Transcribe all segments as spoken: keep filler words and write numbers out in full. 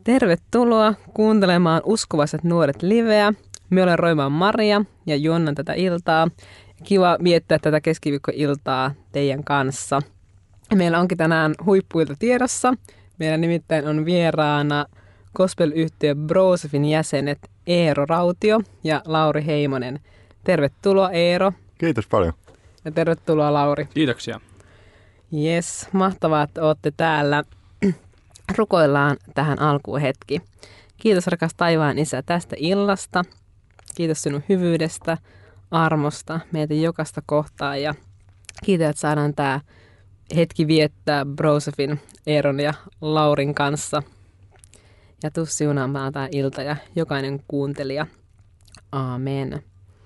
Tervetuloa kuuntelemaan Uskovaiset nuoret liveä. Me olen Roimaan Maria ja juonnan tätä iltaa. Kiva viettää tätä keskiviikkoiltaa teidän kanssa. Meillä onkin tänään huippuilta tiedossa. Meillä nimittäin on vieraana gospel-yhtiö Brosefin jäsenet Eero Rautio ja Lauri Heimonen. Tervetuloa Eero. Kiitos paljon. Ja tervetuloa Lauri. Kiitoksia. Jes, mahtavaa, että olette täällä. Rukoillaan tähän alkuun hetki. Kiitos rakas taivaan Isä tästä illasta. Kiitos sinun hyvyydestä, armosta, meitä jokaista kohtaan ja kiitos, että saadaan tämä hetki viettää Brosefin, Eeron ja Laurin kanssa. Ja tuu siunaamaan tämä ilta ja jokainen kuuntelija. Aamen.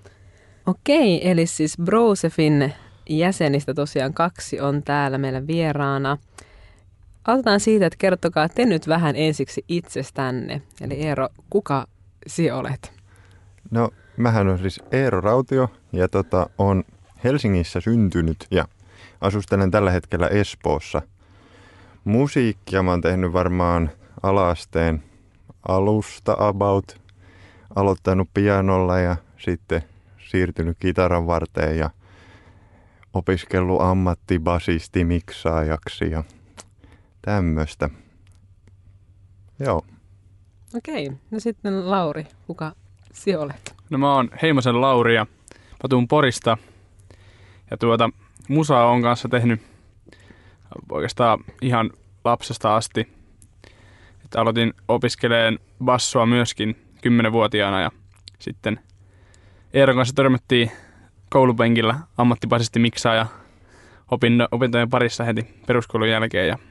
Okei, eli siis Brosefin jäsenistä tosiaan kaksi on täällä meillä vieraana. Aloitetaan siitä, että kertokaa te nyt vähän ensiksi itsestänne. Eli Eero, kuka sinä olet? No, mähän on siis Eero Rautio ja tota, on Helsingissä syntynyt ja asustelen tällä hetkellä Espoossa. Musiikkia mä oon tehnyt varmaan ala-asteen alusta about. Aloittanut pianolla ja sitten siirtynyt kitaran varteen ja opiskellut ammattibasisti miksaajaksi ja tämmöistä. Joo. Okei, no sitten Lauri, kuka sinä olet? No mä oon Heimosen Lauri ja mä tuun Porista. Ja tuota, musaa on kanssa tehnyt oikeastaan ihan lapsesta asti. Että aloitin opiskeleen bassoa myöskin kymmenvuotiaana ja sitten Eeron kanssa törmättiin koulupenkillä ammattibasisti miksaaja opintojen parissa heti peruskoulun jälkeen. Ja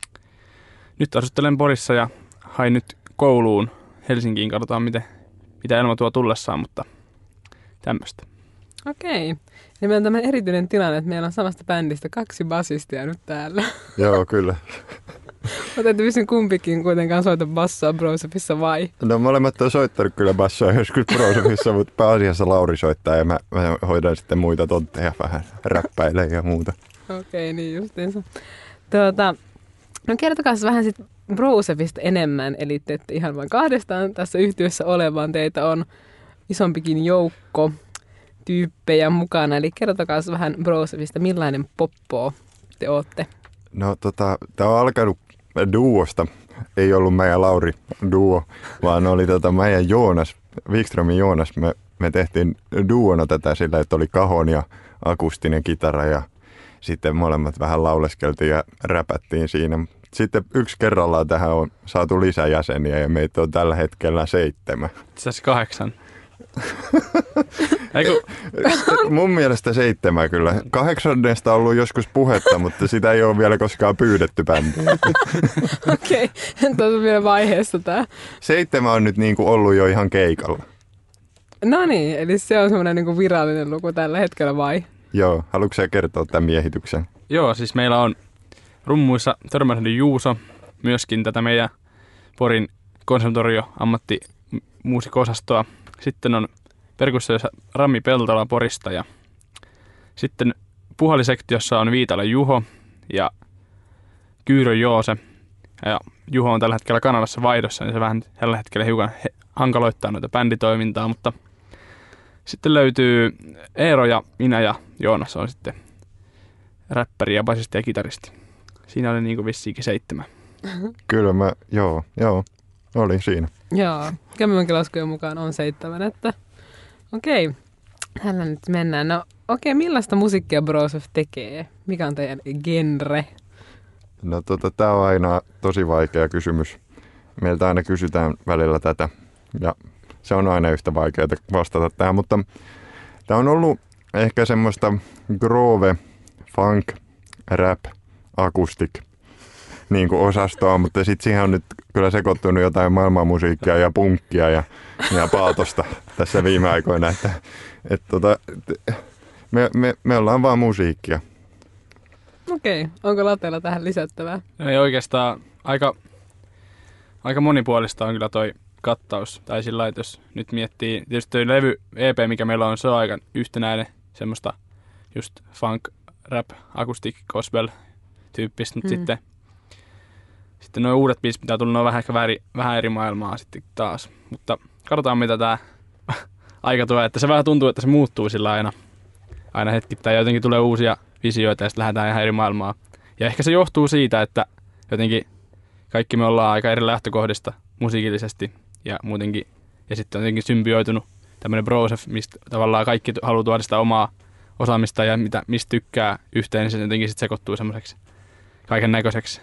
nyt asustelen Porissa ja hain nyt kouluun Helsinkiin. Katsotaan, miten, mitä elämä tuo tullessaan, mutta tämmöistä. Okei. Ja meillä on tämmöinen erityinen tilanne, että meillä on samasta bändistä kaksi basistia nyt täällä. Joo, kyllä. Mutta ette vissiin kumpikin kuitenkaan soita bassoa Brosefissa vai? No molemmat on soittanut kyllä bassoa joskus Brosefissa, mutta pääasiassa Lauri soittaa ja mä, mä hoidan sitten muita tontteja vähän, räppäilee ja muuta. Okei, niin justiinsa. Tuota, no kertokaa vähän sitten Brosefista enemmän, eli te ette ihan vain kahdestaan tässä yhtiössä ole, vaan teitä on isompikin joukko tyyppejä mukana. Eli kertokaa vähän Brosefista, millainen poppo te ootte? No tota, tää on alkanut duosta. Ei ollut mä ja Lauri duo, vaan oli tota mä ja Joonas, Wikströmin Joonas. Me, me tehtiin duona tätä sillä, että oli kahon ja akustinen kitara ja sitten molemmat vähän lauleskeltiin ja räpättiin siinä. Sitten yksi kerrallaan tähän on saatu lisäjäseniä ja meitä on tällä hetkellä seitsemän. Itse asiassa kahdeksan. Eiku... Mun mielestä seitsemän kyllä. Kahdeksannesta on ollut joskus puhetta, mutta sitä ei ole vielä koskaan pyydetty bändiin. Okei, okay. Tuossa on vielä vaiheessa tää. Seitsemän on nyt niin kuin ollut jo ihan keikalla. No niin, eli se on semmoinen niin kuin virallinen luku tällä hetkellä vai? Joo, haluatko sä kertoa tämän miehityksen? Joo, siis meillä on rummuissa Törmähdyn Juuso, myöskin tätä meidän Porin konservatorio ammattimuusiko-osastoa. Sitten on perkussiossa Rami Peltola Porista ja sitten puhallisektiossa on Viitala Juho ja Kyyrö Joose. Ja Juho on tällä hetkellä Kanadassa vaihdossa, niin se vähän tällä hetkellä hiukan he- hankaloittaa noita bänditoimintaa, mutta sitten löytyy Eero ja minä ja Joonas on sitten räppäri ja basisti ja kitaristi. Siinä oli niinku vissiinkin seitsemän. Kyllä mä, joo, joo, olin siinä. Joo, kämmönkin laskujen mukaan on seitsemän, että okei, tällä nyt mennään. No okei, millaista musiikkia Brosef tekee? Mikä on teidän genre? No tota, tää on aina tosi vaikea kysymys. Meiltä aina kysytään välillä tätä ja se on aina yhtä vaikeaa vastata tähän, mutta tää on ollut ehkä semmoista groove, funk, rap, akustik niin kuin osastoa, mutta sitten siihen on nyt kyllä sekoittunut jotain maailmanmusiikkia ja punkkia ja, ja paatosta tässä viime aikoina, että et, tota, me, me, me ollaan vaan musiikkia. Okei, onko Latella tähän lisättävää? Ei oikeastaan aika, aika monipuolista on kyllä toi kattaus. Tai sillä lailla, jos nyt miettii, tietysti toi levy E P, mikä meillä on, se on aika yhtenäinen, semmoista just funk, rap, akustik, gospel tyyppistä, mutta hmm. sitten sitten nuo uudet biisit, mitä on tullut, ne on vähän, ehkä vähän, vähän eri maailmaa sitten taas. Mutta katsotaan, mitä tämä aika tuo, että se vähän tuntuu, että se muuttuu sillä aina, aina hetkittäin. Ja jotenkin tulee uusia visioita ja sitten lähdetään ihan eri maailmaa. Ja ehkä se johtuu siitä, että jotenkin kaikki me ollaan aika eri lähtökohdista musiikillisesti ja muutenkin. Ja sitten on jotenkin symbioitunut tämmöinen brosef, mistä tavallaan kaikki haluaa tuoda sitä omaa osaamista ja mitä, mistä tykkää yhteen, niin se jotenkin sitten sekoittuu semmoiseksi kaiken näköiseksi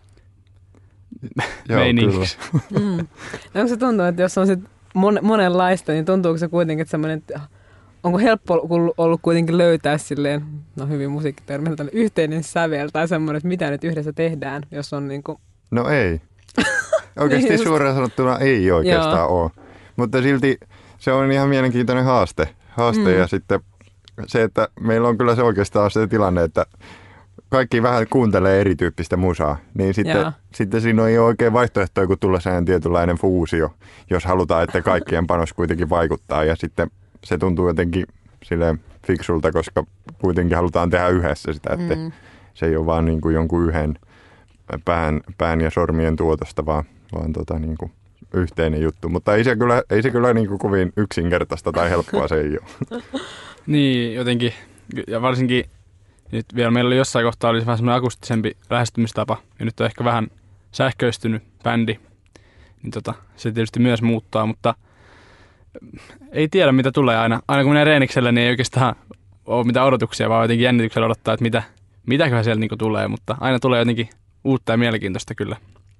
meiningiksi. Mm. No, onko se tuntuu, että jos on sit mon- monenlaista, niin tuntuuko se kuitenkin, että semmoinen, että onko helppo ollut kuitenkin löytää silleen, no hyvin musiikkitermillä, yhteinen sävel tai semmoinen, että mitä nyt yhdessä tehdään, jos on niin kuin... No ei. Oikeasti niin suoraan sanottuna ei oikeastaan ole. Mutta silti se on ihan mielenkiintoinen haaste. Haaste mm. ja sitten se, että meillä on kyllä se oikeastaan se tilanne, että kaikki vähän kuuntelee erityyppistä musaa, niin sitten, sitten siinä ei ole oikein vaihtoehtoja, kun tulla sehän tietynlainen fuusio, jos halutaan, että kaikkien panos kuitenkin vaikuttaa. Ja sitten se tuntuu jotenkin silleen fiksulta, koska kuitenkin halutaan tehdä yhdessä sitä, että mm. se ei ole vaan niin kuin jonkun yhden pään, pään ja sormien tuotosta, vaan, vaan tota niin kuin yhteinen juttu. Mutta ei se kyllä, ei se kyllä niin kuin kovin yksinkertaista tai helppoa se ei ole. Niin, jotenkin. Ja varsinkin nyt vielä meillä oli jossain kohtaa olisi vähän semmoinen akustisempi lähestymistapa. Ja nyt on ehkä vähän sähköistynyt bändi. Niin tota, se tietysti myös muuttaa, mutta ei tiedä mitä tulee aina. Aina kun menee reenikselle, niin ei oikeastaan ole mitään odotuksia, vaan jotenkin jännityksellä odottaa, että mitä, mitäköhän siellä niinku tulee. Mutta aina tulee jotenkin uutta ja mielenkiintoista kyllä.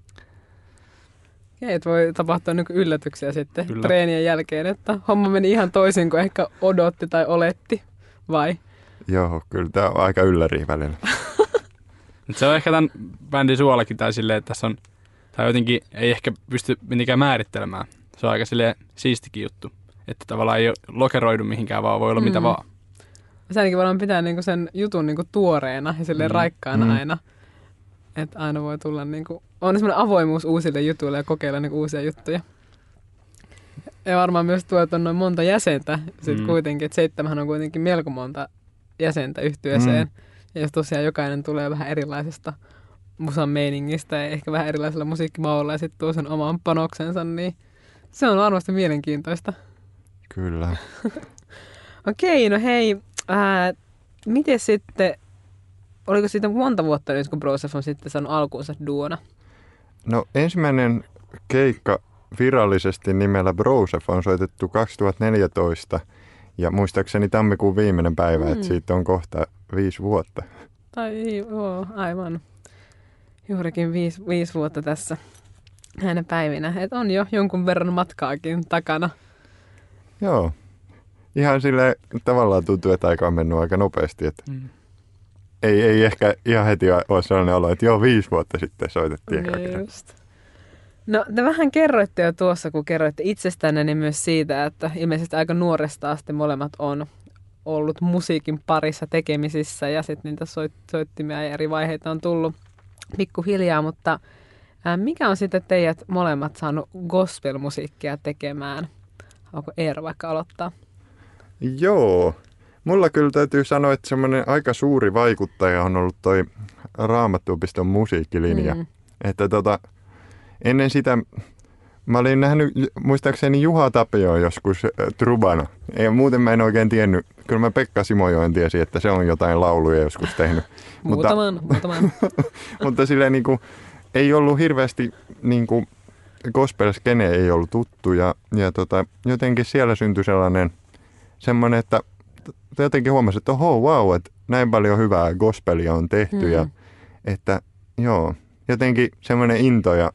Ja et voi tapahtua niin yllätyksiä sitten kyllä. Treenien jälkeen, että homma meni ihan toisin kuin ehkä odotti tai oletti, vai? Joo, kyllä tämä on aika ylläri välillä. Se on ehkä tämän bändin suolakin tai silleen, että tässä on, tai jotenkin ei ehkä pysty mitenkään määrittelemään. Se on aika silleen siistikin juttu, että tavallaan ei ole lokeroidu mihinkään, vaan voi olla mm. mitä vaan. Se ainakin voidaan pitää niinku sen jutun niinku tuoreena ja silleen mm. raikkaana mm. aina. Että aina voi tulla niinku, on semmoinen avoimuus uusille jutuille ja kokeilla niinku uusia juttuja. Ja varmaan myös tuo, että on noin monta jäsentä sit mm. kuitenkin, että seitsemän on kuitenkin melko monta jäsentä yhtyeeseen. Mm. Ja jos tosiaan jokainen tulee vähän erilaisesta musan meiningistä ja ehkä vähän erilaisella musiikkimaulla ja sitten tuo sen oman panoksensa, niin se on varmasti mielenkiintoista. Kyllä. Okei, no hei, ää, miten sitten, oliko siitä monta vuotta nyt, kun Brosef on sitten saanut alkuunsa duona? No ensimmäinen keikka virallisesti nimellä Brosef on soitettu kaksituhattaneljätoista ja muistaakseni tammikuun viimeinen päivä, mm. että siitä on kohta viisi vuotta. Tai joo, aivan. Juurikin viisi, viisi vuotta tässä näinä päivinä. Et on jo jonkun verran matkaakin takana. Joo. Ihan silleen tavallaan tuntuu, että aika on mennyt aika nopeasti. Että mm. ei, ei ehkä ihan heti ole sellainen olo, että joo, viisi vuotta sitten soitettiin. No, just. No te vähän kerroitte jo tuossa, kun kerroitte itsestänne, niin myös siitä, että ilmeisesti aika nuoresta asti molemmat on ollut musiikin parissa tekemisissä ja sitten niitä soit- soittimia ja eri vaiheita on tullut pikkuhiljaa, mutta ää, mikä on sitten teidät molemmat saanut gospel-musiikkia tekemään? Onko Eero vaikka aloittaa? Joo. Mulla kyllä täytyy sanoa, että semmoinen aika suuri vaikuttaja on ollut toi Raamattuopiston musiikkilinja. Mm. Että tota, ennen sitä mä olin nähnyt muistaakseni Juha Tapio joskus trubana. Ja muuten mä en oikein tiennyt. Kyllä mä Pekka Simojoen tiesin, että se on jotain lauluja joskus tehnyt. Muutaman, mutta, muutaman. Mutta silleen niin kuin, ei ollut hirveästi, niin kuin, gospel-skene ei ollut tuttu. Ja, ja tota, jotenkin siellä syntyi sellainen, semmoinen, että jotenkin huomasin, että oho, wow, että näin paljon hyvää gospelia on tehty. Mm. Ja että joo, jotenkin semmoinen into ja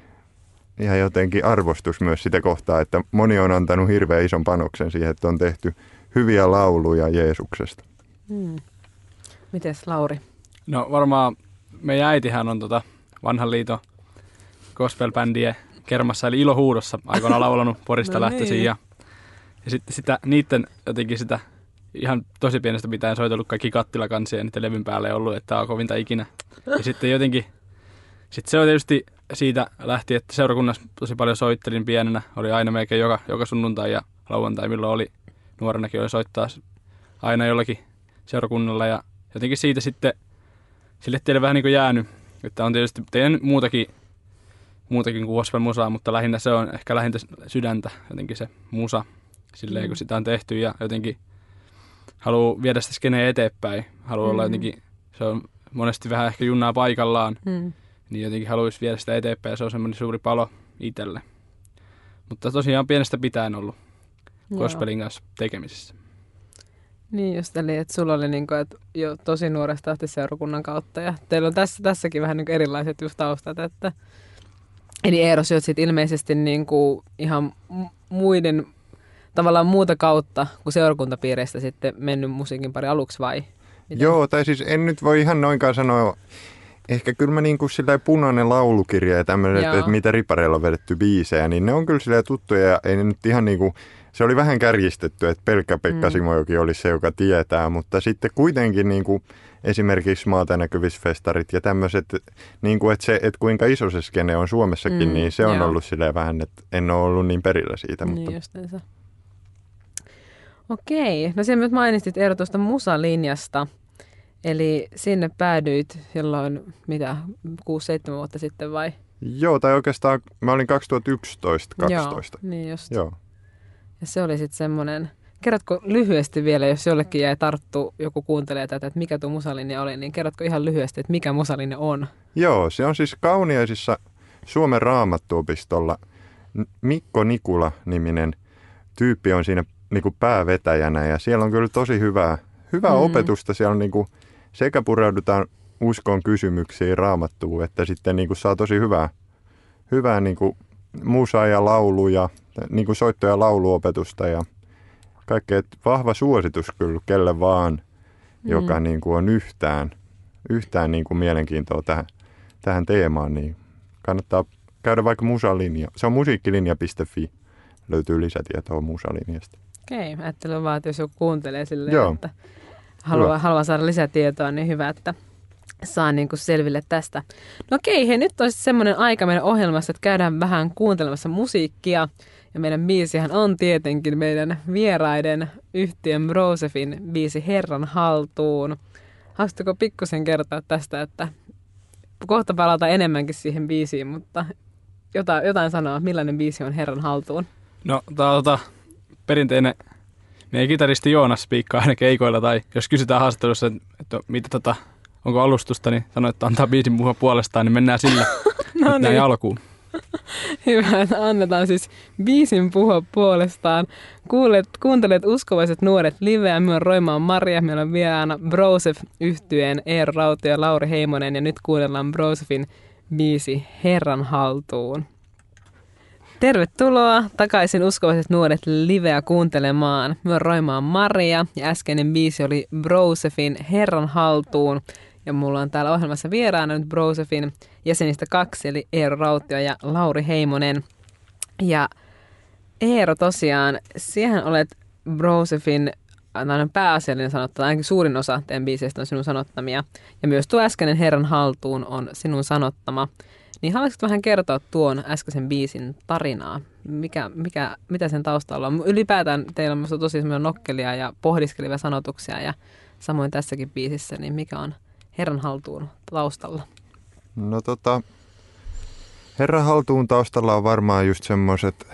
ja jotenkin arvostus myös sitä kohtaa, että moni on antanut hirveän ison panoksen siihen, että on tehty hyviä lauluja Jeesuksesta. Hmm. Mites Lauri? No varmaan meidän äitihän on tota vanhan liiton gospel-bändien kermassa, eli Ilohuudossa aikoinaan laulanut Porista no lähtöisin. Niin. Ja, ja sitten sitä, niiden jotenkin sitä ihan tosi pienestä pitäen soitellut kaikki kattilakansia ja niiden levyn päälle ollut, että tämä on kovinta ikinä. Ja sitten jotenkin, sitten se on tietysti siitä lähti, että seurakunnassa tosi paljon soittelin pienenä. Oli aina melkein joka, joka sunnuntai ja lauantai, milloin oli nuorenakin, oli soittaa aina jollakin seurakunnalla. Ja jotenkin siitä sitten, sille teille vähän niin kuin jäänyt, Että on tietysti teen muutakin, muutakin kuin gospel-musaa, mutta lähinnä se on ehkä lähinnä sydäntä, jotenkin se musa, silleen mm. kun sitä on tehty ja jotenkin haluaa viedä sitä skeneä eteenpäin. Haluaa mm. olla jotenkin, se on monesti vähän ehkä junnaa paikallaan, mm. niin jotenkin haluaisi viedä sitä eteenpäin ja se on semmoinen suuri palo itselle. Mutta tosiaan pienestä pitäen ollut gospelin kanssa tekemisissä. Niin just, eli että sulla oli niinku, et jo tosi nuoresta asti seurakunnan kautta ja teillä on tässä, tässäkin vähän niinku erilaiset just taustat, että eli Eero, sä oot sit ilmeisesti niinku ihan muiden tavallaan muuta kautta kuin seurakuntapiireistä sitten mennyt musiikin pari aluksi vai? Miten? Joo, tai siis en nyt voi ihan noinkaan sanoa. Ehkä kyllä mä niinku silleen punainen laulukirja ja tämmöiset, että mitä ripareilla on vedetty biisejä, niin ne on kyllä silleen tuttuja ja ei ne nyt ihan niinku, se oli vähän kärjistetty, että pelkkä Pekka mm. Simojoki olisi se, joka tietää, mutta sitten kuitenkin niinku esimerkiksi maata näkyvissä festarit ja tämmöiset, niinku, että se, että kuinka iso se skene on Suomessakin, mm, niin se on joo. ollut silleen vähän, että en ole ollut niin perillä siitä. Niin mutta... justiinsa. Okei, no sen nyt mainitsit Eero tuosta musalinjasta. Eli sinne päädyit jolloin, mitä, kuusi seitsemän vuotta sitten vai? Joo, tai oikeastaan mä olin kaksituhattayksitoista kaksitoista. Joo, niin just. Joo. Ja se oli sitten semmoinen, kerrotko lyhyesti vielä, jos jollekin jäi tarttu, joku kuuntelee tätä, että mikä tuo musalinja oli, niin kerrotko ihan lyhyesti, että mikä musalinja on? Joo, se on siis Kauniaisissa Suomen Raamattuopistolla. Mikko Nikula-niminen tyyppi on siinä niinku päävetäjänä ja siellä on kyllä tosi hyvää, hyvää mm. opetusta. Siellä on niinku sekä pureudutaan uskon kysymyksiin Raamattuun, että sitten niinku saa tosi hyvää, hyvää niinku musaa ja lauluja, niinku soitto- ja lauluopetusta ja kaikkea. Vahva suositus kyllä kelle vaan, mm. joka niinku on yhtään, yhtään niinku mielenkiintoa tähän, tähän teemaan, niin kannattaa käydä vaikka musalinja. Se on musiikkilinja piste fi. Löytyy lisätietoa musalinjasta. Okei, ajattelen vaan, että jos joku kuuntelee silleen, Joo. että haluaa, haluaa saada lisätietoa, niin hyvä, että saa niin kuin selville tästä. No okei, hei, nyt on semmoinen aika meidän ohjelmassa, että käydään vähän kuuntelemassa musiikkia. Ja meidän biisihän on tietenkin meidän vieraiden yhtiön Brosephin biisi Herran haltuun. Haluaisitko pikkusen kertoa tästä, että kohta palataan enemmänkin siihen biisiin, mutta jotain, jotain sanoa, millainen biisi on Herran haltuun? No, tämä on tota, perinteinen meidän kitaristi Joonas spiikkaa aina keikoilla, tai jos kysytään haastattelussa, että, että mitä, tota, onko alustusta, niin sanoo, että antaa biisin puhua puolestaan, niin mennään sillä no niin. näin alkuun. Hyvä, että annetaan siis biisin puhua puolestaan. Kuulet, kuuntelet Uskovaiset nuoret liveä. Minä olen Roimaan Maria. Meillä on vieraana Broseph yhtyeen Eero Rautio ja Lauri Heimonen. Ja nyt kuunnellaan Brosephin biisi Herran haltuun. Tervetuloa takaisin Uskovaiset nuoret liveä kuuntelemaan. Minä olen Roimaan Maria ja äskeinen biisi oli Brosephin Herran haltuun. Ja mulla on täällä ohjelmassa vieraana nyt Brosephin jäsenistä kaksi, eli Eero Rautio ja Lauri Heimonen. Ja Eero tosiaan, siihen olet Brosephin pääasiallinen sanottama, ainakin suurin osa teidän biiseistä on sinun sanottamia. Ja myös tuo äskeinen Herran haltuun on sinun sanottama. Niin haluaisitko vähän kertoa tuon äskeisen biisin tarinaa? Mikä, mikä, mitä sen taustalla on? Ylipäätään teillä on myös tosi nokkelia ja pohdiskelivia sanotuksia ja samoin tässäkin biisissä, niin mikä on Herran haltuun taustalla? No tota, Herran haltuun taustalla on varmaan just semmoiset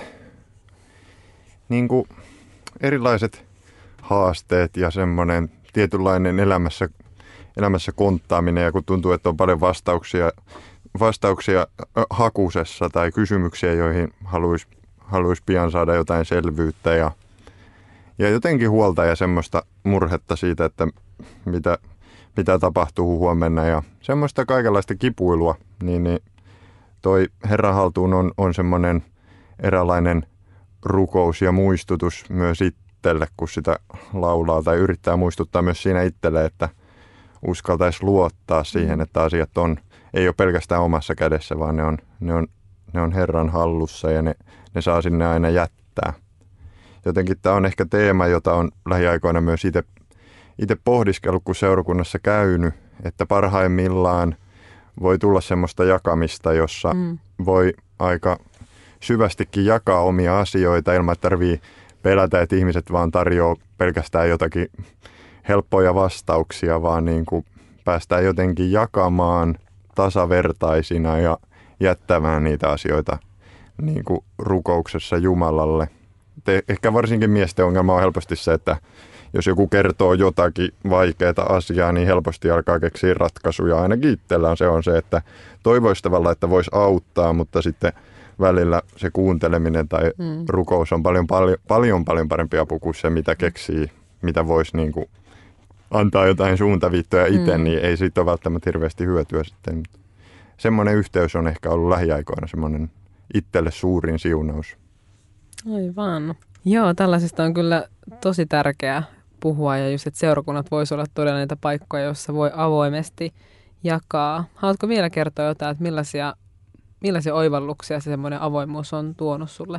niinku erilaiset haasteet ja semmoinen tietynlainen elämässä, elämässä konttaaminen. Ja kun tuntuu, että on paljon vastauksia, vastauksia hakusessa tai kysymyksiä, joihin haluaisi haluais pian saada jotain selvyyttä. Ja, ja jotenkin huolta ja semmoista murhetta siitä, että mitä... mitä tapahtuu huomenna ja semmoista kaikenlaista kipuilua, niin, niin toi Herran haltuun on, on semmoinen eräänlainen rukous ja muistutus myös itselle, kun sitä laulaa tai yrittää muistuttaa myös siinä itselle, että uskaltaisi luottaa siihen, että asiat on, ei ole pelkästään omassa kädessä, vaan ne on, ne on, ne on Herran hallussa ja ne, ne saa sinne aina jättää. Jotenkin tämä on ehkä teema, jota on lähiaikoina myös itse Itse pohdiskellut, kun seurakunnassa käynyt, että parhaimmillaan voi tulla semmoista jakamista, jossa mm. voi aika syvästikin jakaa omia asioita ilman, että tarvii pelätä, että ihmiset vaan tarjoaa pelkästään jotakin helppoja vastauksia, vaan niin kuin päästään jotenkin jakamaan tasavertaisina ja jättämään niitä asioita niin kuin rukouksessa Jumalalle. Te, ehkä varsinkin miesten ongelma on helposti se, että jos joku kertoo jotakin vaikeaa asiaa, niin helposti alkaa keksiä ratkaisuja. Ainakin itsellään se on se, että toivoisi tavallaan, että voisi auttaa, mutta sitten välillä se kuunteleminen tai mm. rukous on paljon, paljon, paljon, paljon parempi apu kuin se, mitä keksii, mitä voisi niin kuin antaa jotain suuntaviittoja itse, mm. niin ei siitä ole välttämättä hirveästi hyötyä sitten. Semmoinen yhteys on ehkä ollut lähiaikoina semmoinen itselle suurin siunaus. Aivan. Joo, tällaisista on kyllä tosi tärkeää puhua ja just, että seurakunnat voisi olla todella niitä paikkoja, joissa voi avoimesti jakaa. Haluatko vielä kertoa jotain, että millaisia, millaisia oivalluksia se semmoinen avoimuus on tuonut sulle?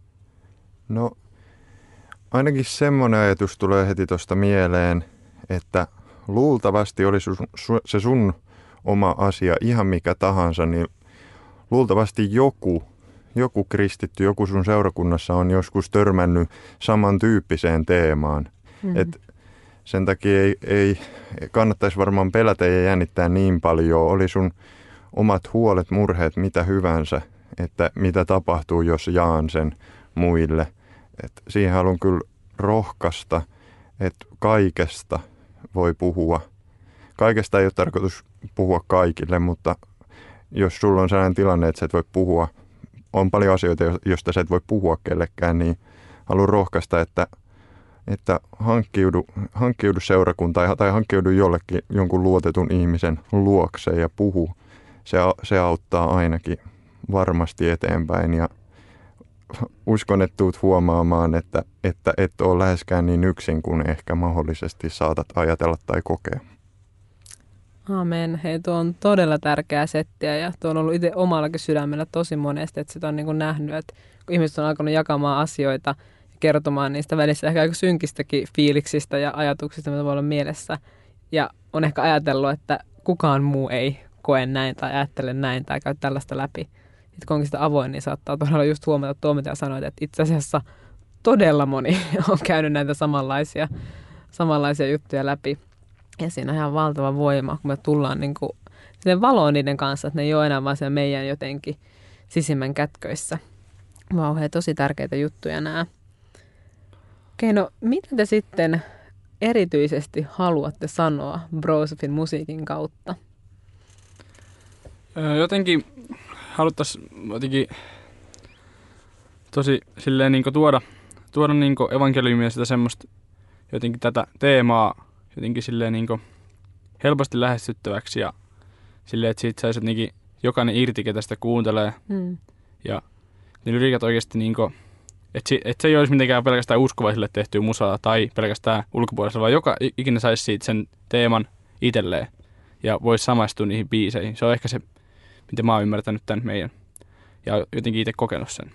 No ainakin semmoinen ajatus tulee heti tuosta mieleen, että luultavasti oli su, su, se sun oma asia ihan mikä tahansa, niin luultavasti joku, joku kristitty, joku sun seurakunnassa on joskus törmännyt samantyyppiseen teemaan. Mm-hmm. Et sen takia ei, ei kannattaisi varmaan pelätä ja jännittää niin paljon. Oli sun omat huolet, murheet, mitä hyvänsä, että mitä tapahtuu, jos jaan sen muille. Et siihen haluan kyllä rohkaista, että kaikesta voi puhua. Kaikesta ei ole tarkoitus puhua kaikille, mutta jos sulla on sellainen tilanne, että sä et voi puhua, on paljon asioita, joista sä et voi puhua kellekään, niin haluan rohkaista, että, että hankkiudu, hankkiudu seurakuntaan tai hankkiudu jollekin jonkun luotetun ihmisen luokse ja puhu. Se, se auttaa ainakin varmasti eteenpäin ja uskon, että tuut huomaamaan, että, että et ole läheskään niin yksin kuin ehkä mahdollisesti saatat ajatella tai kokea. Amen. Hei, tuo on todella tärkeää settiä ja tuo on ollut itse omallakin sydämellä tosi monesti, että sitä on niin kuin nähnyt, että kun ihmiset on alkanut jakamaan asioita ja kertomaan niistä välissä ehkä aika synkistäkin fiiliksistä ja ajatuksista, mitä voi olla mielessä. Ja on ehkä ajatellut, että kukaan muu ei koe näin tai ajattele näin tai käy tällaista läpi. Sitten kun onkin sitä avoin, niin saattaa todella just huomata tuo, mitä sanoit, että itse asiassa todella moni on käynyt näitä samanlaisia, samanlaisia juttuja läpi. Ja siinä on ihan valtava voima, kun me tullaan niin kuin sinne valoon niiden kanssa, että ne ei ole enää vaan siellä meidän jotenkin sisimmän kätköissä. Vau, hei, tosi tärkeitä juttuja nämä. Okei, no mitä te sitten erityisesti haluatte sanoa Brosephin musiikin kautta? Jotenkin haluttaisiin jotenkin tosi silleen niin kuin tuoda, tuoda niin kuin evankeliumia sitä semmoista jotenkin tätä teemaa jotenkin silleen niin kuin helposti lähestyttäväksi ja silleen, että siitä saisi jotenkin jokainen irti, ketä sitä kuuntelee. Mm. Ja ne lyriikat oikeasti niin kuin, että, että se ei olisi mitenkään pelkästään uskovaisille tehtyä musaa tai pelkästään ulkopuolisella, vaan joka ikinä saisi siitä sen teeman itselleen ja voisi samaistua niihin biiseihin. Se on ehkä se, miten mä oon ymmärtänyt tämän meidän ja jotenkin itse kokenut sen.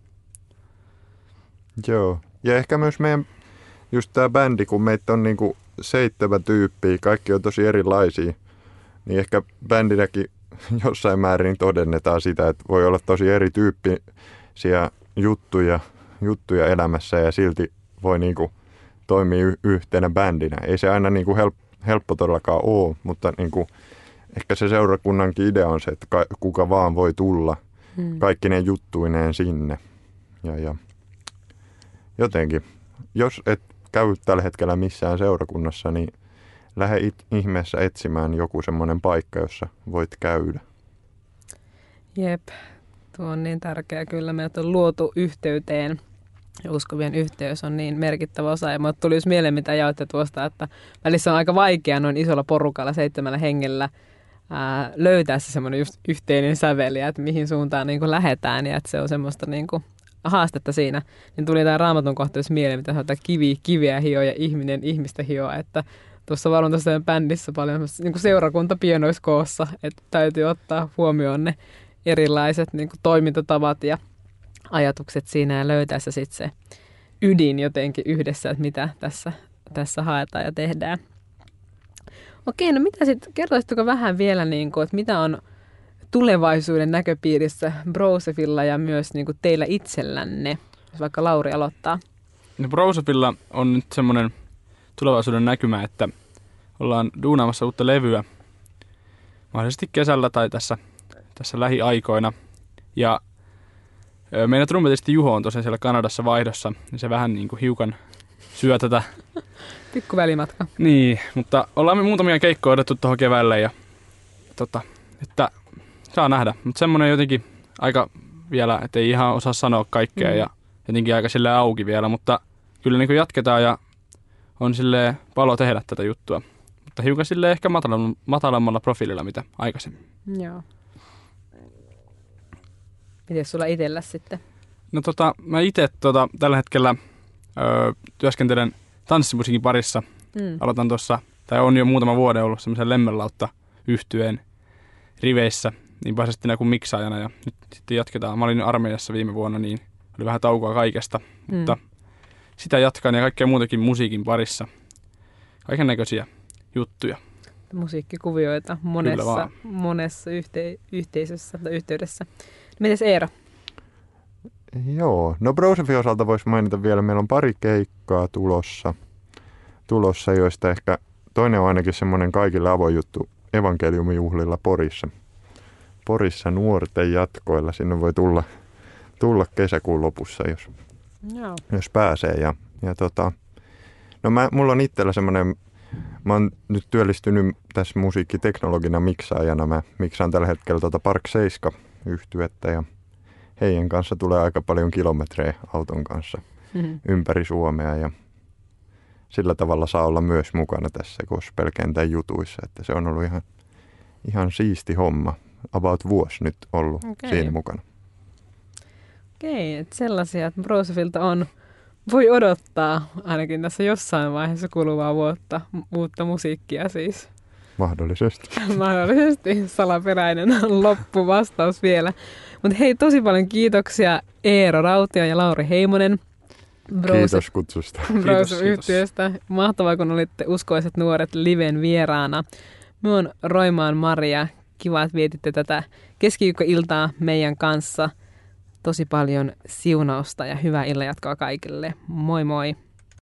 Joo, ja ehkä myös meidän just tää bändi, kun meitä on niinku seitsemän tyyppiä, kaikki on tosi erilaisia, niin ehkä bändinäkin jossain määrin todennetaan sitä, että voi olla tosi erityyppisiä juttuja, juttuja elämässä ja silti voi niinku toimia y- yhtenä bändinä. Ei se aina niinku help- helppo todellakaan ole, mutta niinku ehkä se seurakunnankin idea on se, että ka- kuka vaan voi tulla hmm. kaikkineen juttuineen sinne. Ja, ja jotenkin, jos et käy tällä hetkellä missään seurakunnassa, niin lähde it- ihmeessä etsimään joku semmoinen paikka, jossa voit käydä. Jep, tuo on niin tärkeää. Kyllä meidät on luotu yhteyteen ja uskovien yhteys on niin merkittävä osa. Ja minulle tuli just mieleen, mitä jaoitte tuosta, että välissä on aika vaikea noin isolla porukalla, seitsemällä hengellä ää, löytää se semmoinen just yhteinen säveli, että mihin suuntaan niin kuin lähdetään ja että se on semmoista niin kuin haastetta siinä, niin tuli tämä Raamatun kohtaus mieleen, mitä sanotaan kivi, kiveä hio ja ihminen ihmistä hioa, että tuossa varmaan tuossa bändissä paljon niin kuin seurakunta pienoiskoossa, että täytyy ottaa huomioon ne erilaiset niin kuin toimintatavat ja ajatukset siinä ja löytää se sitten se ydin jotenkin yhdessä, että mitä tässä, tässä haetaan ja tehdään. Okei, no mitä sitten, kertoisitko vähän vielä, niin kuin, että mitä on tulevaisuuden näköpiirissä Brosephilla ja myös niin kuin teillä itsellänne, jos vaikka Lauri aloittaa? No Brosephilla on nyt semmoinen tulevaisuuden näkymä, että ollaan duunaamassa uutta levyä mahdollisesti kesällä tai tässä, tässä lähiaikoina. Ja ö, meidän trumpetisti Juho on tosiaan siellä Kanadassa vaihdossa, niin se vähän niin kuin hiukan syö tätä. Pikku välimatka. Niin, mutta ollaan me muutamia keikkoja otettu tuohon keväälle ja tota, että saa nähdä. Mutta semmoinen jotenkin aika vielä, että ei ihan osaa sanoa kaikkea mm. ja jotenkin aika silleen auki vielä, mutta kyllä niin kuin jatketaan ja on silleen palo tehdä tätä juttua. Mutta hiukan silleen ehkä matalammalla, matalammalla profiililla mitä aikaisemmin. Joo. Miten sulla itsellä sitten? No tota, mä itse tota, tällä hetkellä öö, työskentelen tanssimusiikin parissa. Mm. Aloitan tuossa, tai on jo muutama vuoden ollut semmoisen Lemmenlautta yhtyeen riveissä, niin basistina kuin miksaajana. Ja nyt sitten jatketaan. Mä olin armeijassa viime vuonna, niin oli vähän taukoa kaikesta. Mm. Mutta sitä jatkan ja kaikkea muutakin musiikin parissa. Kaiken näköisiä juttuja. Musiikkikuvioita monessa, monessa yhte- yhteisössä tai yhteydessä. Mites Eero? Joo, no Brosefin osalta voisi mainita vielä, meillä on pari keikkaa tulossa, tulossa joista ehkä toinen on ainakin semmoinen kaikille avoin juttu evankeliumijuhlilla Porissa. Porissa nuorten jatkoilla, sinne voi tulla, tulla kesäkuun lopussa, jos, Joo. jos pääsee. Ja, ja tota, no mä, mulla on itsellä semmoinen, mä oon nyt työllistynyt tässä musiikkiteknologina miksaajana, mä miksaan tällä hetkellä tota Park seitsemän yhtyettä ja heidän kanssa tulee aika paljon kilometrejä auton kanssa mm-hmm. ympäri Suomea ja sillä tavalla saa olla myös mukana tässä gospel-kentän jutuissa, että se on ollut ihan, ihan siisti homma. About vuosi nyt ollut okay. siinä mukana. Okei, okay, että sellaisia, että Brosefilta on, voi odottaa ainakin tässä jossain vaiheessa kuluvaa vuotta uutta musiikkia siis. Mahdollisesti. Mahdollisesti salaperäinen loppuvastaus vielä. Mutta hei, tosi paljon kiitoksia Eero Rautio ja Lauri Heimonen. Brose- kiitos kutsusta. Brose-yhtiöstä. Mahtavaa, kun olitte uskoiset nuoret liven vieraana. Me on Roimaan Maria. Kiva, että vietitte tätä keskiviikkoiltaa meidän kanssa. Tosi paljon siunausta ja hyvää illanjatkoa kaikille. Moi moi!